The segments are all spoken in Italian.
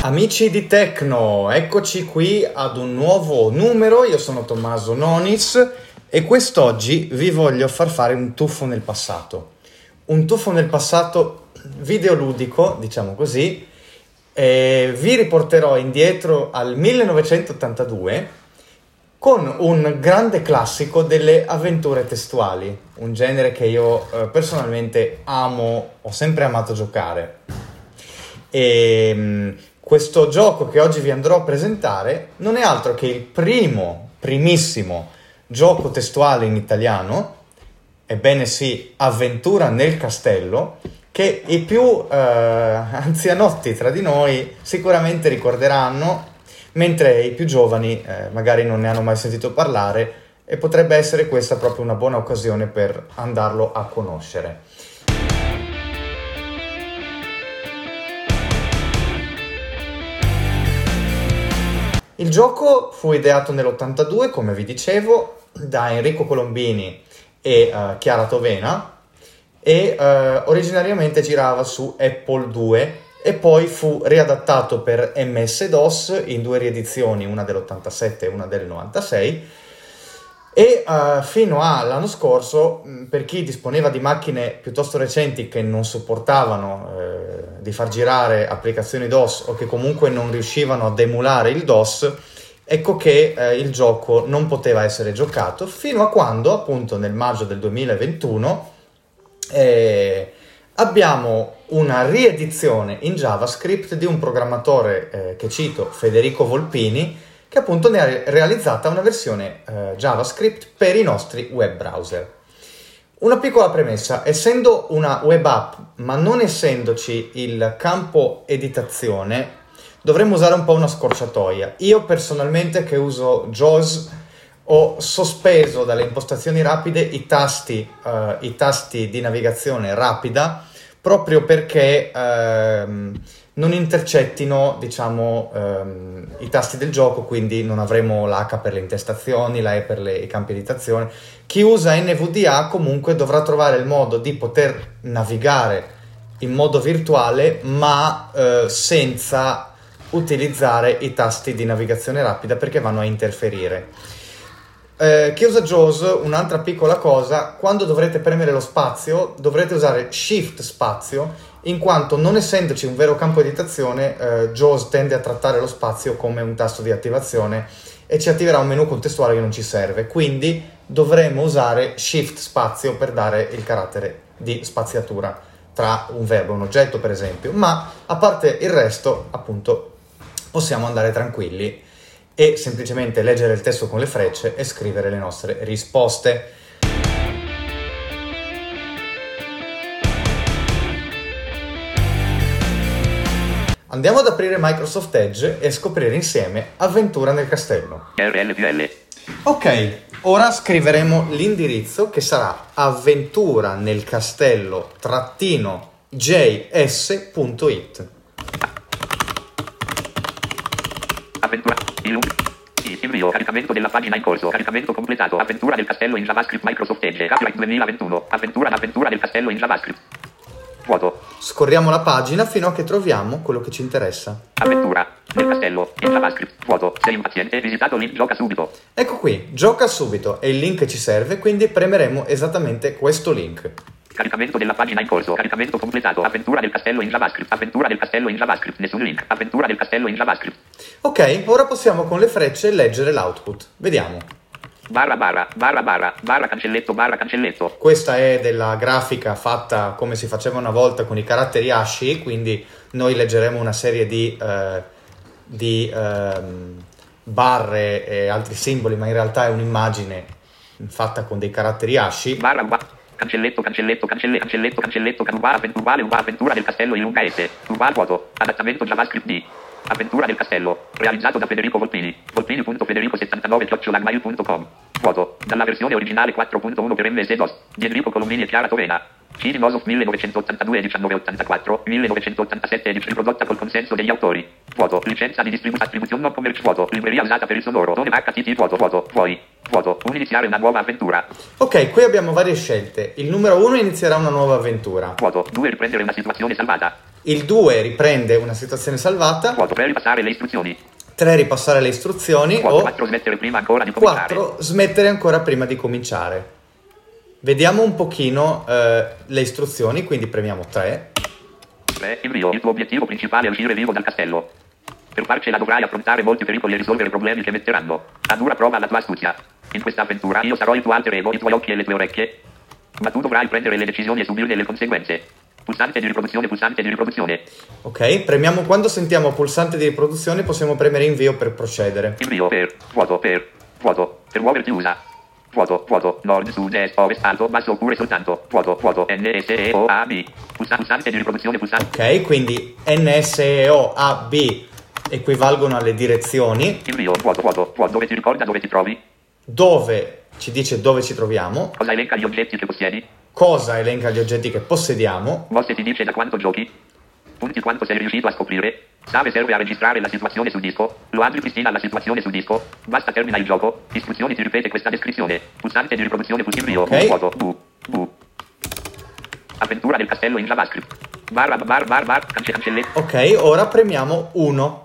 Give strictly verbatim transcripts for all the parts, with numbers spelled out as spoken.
Amici di Tecno, eccoci qui ad un nuovo numero. Io sono Tommaso Nonis e quest'oggi vi voglio far fare un tuffo nel passato. Un tuffo nel passato videoludico, diciamo così. E vi riporterò indietro al millenovecentottantadue con un grande classico delle avventure testuali, un genere che io eh, personalmente amo, ho sempre amato giocare. E mh, questo gioco che oggi vi andrò a presentare non è altro che il primo, primissimo gioco testuale in italiano, ebbene sì, Avventura nel castello, che i più eh, anzianotti tra di noi sicuramente ricorderanno, mentre i più giovani eh, magari non ne hanno mai sentito parlare, e potrebbe essere questa proprio una buona occasione per andarlo a conoscere. Il gioco fu ideato nell'ottantadue, come vi dicevo, da Enrico Colombini e uh, Chiara Tovena, e uh, originariamente girava su Apple due e poi fu riadattato per M S DOS in due riedizioni, una dell'ottantasette e una del novantasei, e uh, fino all'anno scorso, per chi disponeva di macchine piuttosto recenti che non sopportavano eh, di far girare applicazioni DOS o che comunque non riuscivano ad emulare il DOS, ecco che eh, il gioco non poteva essere giocato fino a quando, appunto nel maggio del duemilaventuno, eh, abbiamo una riedizione in JavaScript di un programmatore eh, che cito, Federico Volpini, che appunto ne ha realizzata una versione eh, JavaScript per i nostri web browser. Una piccola premessa: essendo una web app, ma non essendoci il campo editazione, dovremmo usare un po' una scorciatoia. Io personalmente, che uso JAWS, ho sospeso dalle impostazioni rapide i tasti, eh, i tasti di navigazione rapida, proprio perché ehm, non intercettino, diciamo, ehm, i tasti del gioco, quindi non avremo l'H per le intestazioni, la E per le, i campi editazione. Chi usa N V D A comunque dovrà trovare il modo di poter navigare in modo virtuale, ma eh, senza utilizzare i tasti di navigazione rapida, perché vanno a interferire. Eh, chi usa JAWS, un'altra piccola cosa: quando dovrete premere lo spazio dovrete usare Shift spazio, in quanto non essendoci un vero campo editazione, eh, JAWS tende a trattare lo spazio come un tasto di attivazione e ci attiverà un menu contestuale che non ci serve, quindi dovremo usare Shift spazio per dare il carattere di spaziatura tra un verbo e un oggetto, per esempio. Ma a parte il resto, appunto, possiamo andare tranquilli e semplicemente leggere il testo con le frecce e scrivere le nostre risposte. Andiamo ad aprire Microsoft Edge e scoprire insieme Avventura nel castello. R L P L. Ok, ora scriveremo l'indirizzo, che sarà avventura nel castello trattino js.it. Avventura. Il sì, invio. Caricamento della pagina in corso. Caricamento completato. Avventura del castello in JavaScript Microsoft Edge. Copyright duemilaventuno. Avventura l'avventura del castello in JavaScript. Vuoto. Scorriamo la pagina fino a che troviamo quello che ci interessa. Avventura del castello in JavaScript. Vuoto. Sei impaziente? Visitato link gioca subito. Ecco qui, gioca subito, è il link che ci serve, quindi premeremo esattamente questo link. Caricamento della pagina in corso. Caricamento completato. Avventura del castello in JavaScript. Avventura del castello in JavaScript. Nessun link. Avventura del castello in JavaScript. Ok, ora possiamo con le frecce leggere l'output. Vediamo. Barra barra, barra barra, barra cancelletto, barra cancelletto. Questa è della grafica fatta come si faceva una volta con i caratteri asci, quindi noi leggeremo una serie di, eh, di ehm, barre e altri simboli, ma in realtà è un'immagine fatta con dei caratteri asci. Barra barra. Cancelletto, cancelletto, cancelletto, cancelletto, cancelletto, uguale, uguale, uguale, avventura del castello in lunga S, uguale vuoto, adattamento JavaScript D, avventura del castello, realizzato da Federico Volpini, volpini punto federico settantanove chiocciola gmail punto com, vuoto, dalla versione originale quattro punto uno per M S DOS, di Enrico Colombini e Chiara Tovena, Cinemosoft millenovecentottantadue diciannove ottantaquattro, millenovecentottantasette edizione riprodotta col consenso degli autori, vuoto, licenza di distribu- attribuzione non commerciale, vuoto, libreria usata per il sonoro, nome H T T, vuoto, vuoto, vuoi, vuoto, un iniziare una nuova avventura. Ok, qui abbiamo varie scelte. Il numero uno inizierà una nuova avventura. Vuoto, due riprendere una situazione salvata. Il due riprende una situazione salvata. Vuoto per ripassare le istruzioni. tre ripassare le istruzioni. Vuoto, O quattro smettere prima ancora di cominciare. quattro smettere ancora prima di cominciare. Vediamo un pochino eh, le istruzioni, quindi premiamo tre. tre. Invio. Il tuo obiettivo principale è uscire vivo dal castello. Per farcela dovrai affrontare molti pericoli e risolvere problemi che metteranno a dura prova la tua astuzia. In questa avventura io sarò il tuo alter ego, i tuoi occhi e le tue orecchie. Ma tu dovrai prendere le decisioni e subirne le conseguenze. Pulsante di riproduzione, pulsante di riproduzione. Ok, premiamo quando sentiamo pulsante di riproduzione, possiamo premere invio per procedere. Invio per, vuoto per, vuoto, per muoverti usa. Vuoto, vuoto, nord, sud, est, ovest, alto, basso oppure soltanto. Vuoto, vuoto, N, S, E, O, A, B. Pulsante, pulsante di riproduzione, pulsante. Ok, quindi N, S, E, O, A, B equivalgono alle direzioni. Invio, vuoto, vuoto, vuoto, dove ti ricorda dove ti trovi. Dove ci dice dove ci troviamo. Cosa elenca gli oggetti che possiedi. Cosa elenca gli oggetti che possediamo. Mosse ti dice da quanto giochi. Punti quanto sei riuscito a scoprire. Save serve a registrare la situazione su disco. Lo ripristina la situazione su disco. Basta termina il gioco. Istruzioni ti ripete questa descrizione. Pulsante di riproduzione pulsivio. Ok. Vuoto. Bu. Bu. Avventura del castello in JavaScript. Barra bar bar bar cance cancelletto. Ok, ora premiamo uno.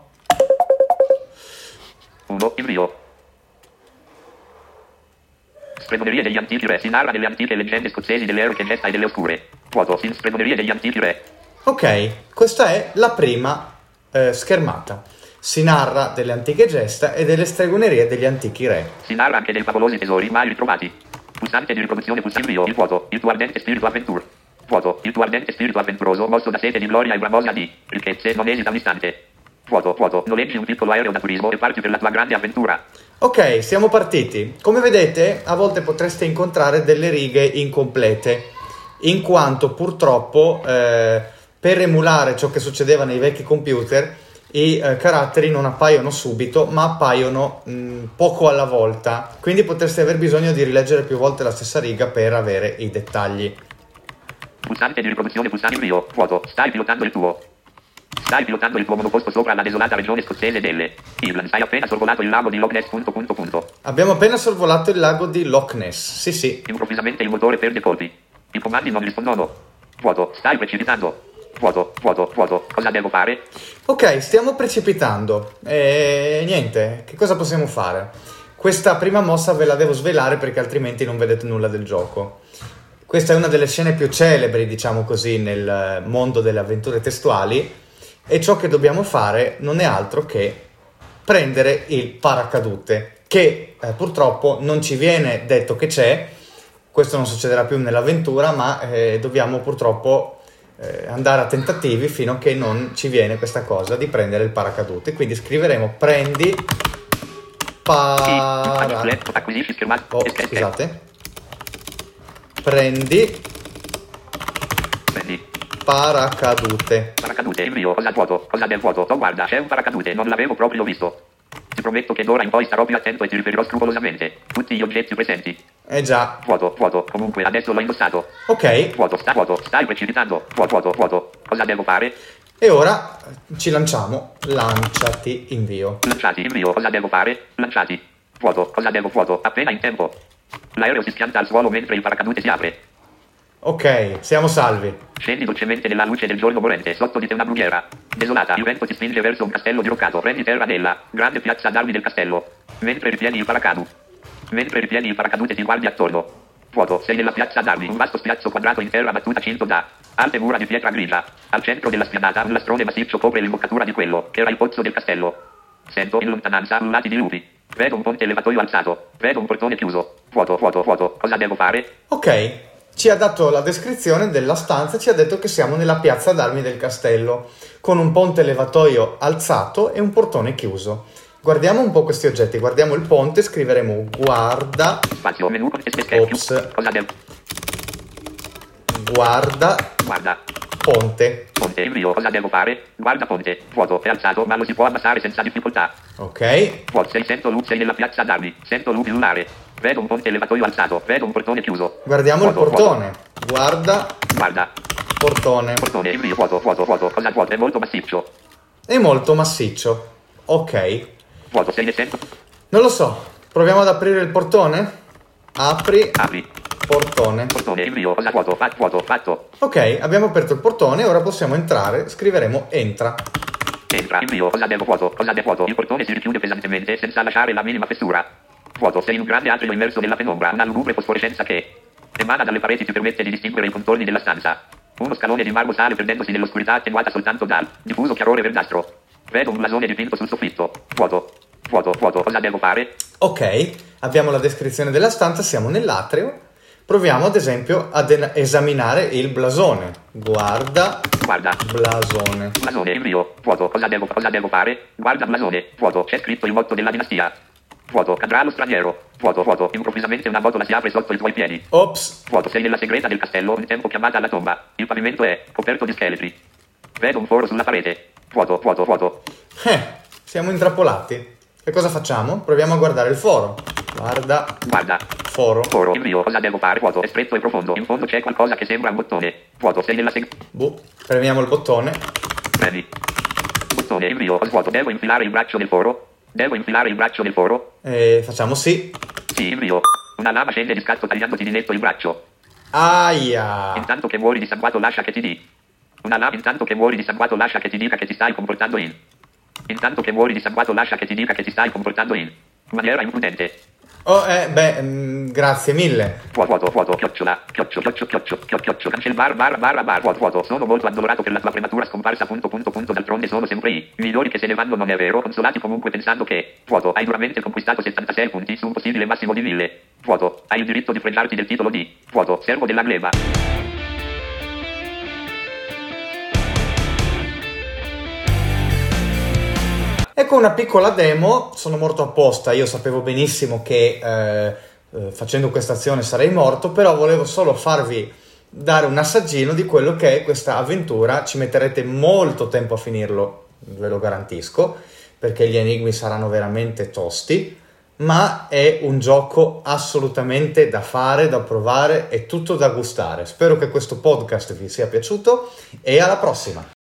uno. Invio. Stregonerie degli antichi re. Si narra delle antiche leggende scozzesi delle eroiche gesta e delle oscure. Vuoto. Sin stregonerie degli antichi re. Ok, questa è la prima eh, schermata. Si narra delle antiche gesta e delle stregonerie degli antichi re. Si narra anche dei favolosi tesori mai ritrovati. Pulsante di riproduzione, pulsante invio. Il vuoto. Il tuo ardente spirito avventure. Vuoto. Il tuo ardente spirito avventuroso, mosso da sete di gloria e bramosia di ricchezze, non esita un istante. Vuoto. Vuoto. Noleggi un piccolo aereo da turismo e parti per la tua grande avventura. Ok, siamo partiti. Come vedete, a volte potreste incontrare delle righe incomplete, in quanto purtroppo eh, per emulare ciò che succedeva nei vecchi computer, i eh, caratteri non appaiono subito, ma appaiono mh, poco alla volta. Quindi potreste aver bisogno di rileggere più volte la stessa riga per avere i dettagli. Pulsante di riproduzione, pulsante invio. Vuoto. Stai pilotando il tuo. Stai pilotando il tuo monoposto sopra la desolata regione scozzese delle Irland. Hai appena sorvolato il lago di Loch Ness. Punto, punto, punto. Abbiamo appena sorvolato il lago di Loch Ness. Sì, sì. Improvvisamente il motore perde colpi. I comandi non rispondono. Vuoto. Stai precipitando. Vuoto, vuoto, vuoto. Cosa devo fare? Ok, stiamo precipitando. E niente, che cosa possiamo fare? Questa prima mossa ve la devo svelare perché altrimenti non vedete nulla del gioco. Questa è una delle scene più celebri, diciamo così, nel mondo delle avventure testuali. E ciò che dobbiamo fare non è altro che prendere il paracadute, che eh, purtroppo non ci viene detto che c'è. Questo non succederà più nell'avventura, ma eh, dobbiamo purtroppo eh, andare a tentativi fino a che non ci viene questa cosa di prendere il paracadute. Quindi scriveremo prendi para... Oh, scusate. Prendi Prendi. paracadute. Paracadute, invio, cosa vuoto, cosa del vuoto. Oh guarda, c'è un paracadute, non l'avevo proprio visto. Ti prometto che d'ora in poi starò più attento e ti riferirò scrupolosamente. Tutti gli oggetti presenti. Eh già. Vuoto, vuoto, comunque adesso l'ho indossato. Ok. Vuoto, sta vuoto, stai precipitando. Vuoto, vuoto, vuoto. Cosa devo fare? E ora ci lanciamo. Lanciati, invio. Lanciati, invio, cosa devo fare? Lanciati. Vuoto, cosa devo vuoto, appena in tempo. L'aereo si schianta al suolo mentre il paracadute si apre. Ok, siamo salvi. Scendi dolcemente nella luce del giorno morente, sotto di te una brughiera desolata, il vento ti spinge verso un castello diroccato, prendi terra nella grande piazza d'armi del castello, mentre ripieni il paracadute. Mentre ripieni il paracadute ti guardi attorno. Vuoto, sei nella piazza d'armi, un vasto spiazzo quadrato in terra battuta cinto da alte mura di pietra grigia. Al centro della spianata un lastrone massiccio copre l'imboccatura di quello che era il pozzo del castello. Sento in lontananza ululati di lupi. Vedo un ponte levatoio alzato. Vedo un portone chiuso. Vuoto, vuoto, vuoto. Cosa devo fare? Ok, ci ha dato la descrizione della stanza, ci ha detto che siamo nella piazza d'armi del castello, con un ponte levatoio alzato e un portone chiuso. Guardiamo un po' questi oggetti, guardiamo il ponte, scriveremo guarda... Spazio, menu con schede. Ops. Cosa devo... Guarda... Guarda. Ponte. Ponte, invio, cosa devo fare? Guarda ponte. Vuoto, è alzato, ma lo si può abbassare senza difficoltà. Ok. Vuoto, sei, sento luce nella piazza d'armi. Sento lupi ululare. Vedo un ponte levatoio alzato. Vedo un portone chiuso. Guardiamo vuoto, il portone. Vuoto. Guarda. Guarda. Portone. Portone, invio, vuoto, vuoto, vuoto. Cosa vuoto? È molto massiccio. È molto massiccio. Ok. Vuoto, sei ne sento? Non lo so. Proviamo ad aprire il portone? Apri. Apri. Portone. Portone, invio, cosa vuoto, fa, vuoto, fatto. Ok, abbiamo aperto il portone, ora possiamo entrare, scriveremo entra. Entra, invio, cosa devo, vuoto, cosa devo, vuoto. Il portone si richiude pesantemente senza lasciare la minima fessura. Vuoto, sei in un grande atrio immerso nella penombra, una lugubre fosforescenza che emana dalle pareti ti permette di distinguere i contorni della stanza. Uno scalone di marmo sale perdendosi nell'oscurità attenuata soltanto dal diffuso chiarore verdastro. Vedo un blasone dipinto sul soffitto. Vuoto, vuoto, vuoto, cosa devo fare? Ok, abbiamo la descrizione della stanza, siamo nell'atrio. Proviamo ad esempio ad en- esaminare il blasone. Guarda, Guarda, blasone. blasone, invio, vuoto, cosa devo, cosa devo fare? Guarda blasone, vuoto, c'è scritto il motto della dinastia. Vuoto, cadrà lo straniero. Vuoto, vuoto, improvvisamente una botola si apre sotto i tuoi piedi. Ops, Vuoto, sei nella segreta del castello, un tempo chiamata alla tomba. Il pavimento è coperto di scheletri. Vedo un foro sulla parete. Vuoto, vuoto, vuoto. eh, siamo intrappolati. Che cosa facciamo? Proviamo a guardare il foro. Guarda, Guarda, foro. foro, invio, cosa devo fare? Vuoto, è stretto e profondo. In fondo c'è qualcosa che sembra un bottone. Vuoto, sei nella segreta. Boh, premiamo il bottone. Premi. Bottone, invio, vuoto, devo infilare il braccio nel foro? Devo infilare il braccio nel foro? E facciamo sì. Sì, invio. Una lama scende di scatto tagliandoti di netto il braccio. Aia. Intanto che muori disagguato lascia che ti di. Una lama intanto che muori disagguato lascia che ti dica che ti stai comportando in. Intanto che muori disagguato lascia che ti dica che ti stai comportando in maniera imprudente. Oh, eh, beh, mm, grazie mille. Vuoto, vuoto, vuoto, chiocciola, chioccio, chioccio, chioccio, chioccio, chioccio, cancel bar, bar, barra, bar, vuoto, vuoto. Sono molto addolorato per la tua prematura scomparsa, punto, punto, punto, d'altronde sono sempre i migliori che se ne vanno, non è vero? Consolati comunque pensando che, vuoto, hai duramente conquistato settantasei punti su un possibile massimo di mille. Vuoto, hai il diritto di fregiarti del titolo di, vuoto, servo della gleba. Ecco una piccola demo, sono morto apposta, io sapevo benissimo che eh, eh, facendo questa azione sarei morto, però volevo solo farvi dare un assaggino di quello che è questa avventura. Ci metterete molto tempo a finirlo, ve lo garantisco, perché gli enigmi saranno veramente tosti, ma è un gioco assolutamente da fare, da provare, è tutto da gustare. Spero che questo podcast vi sia piaciuto e alla prossima!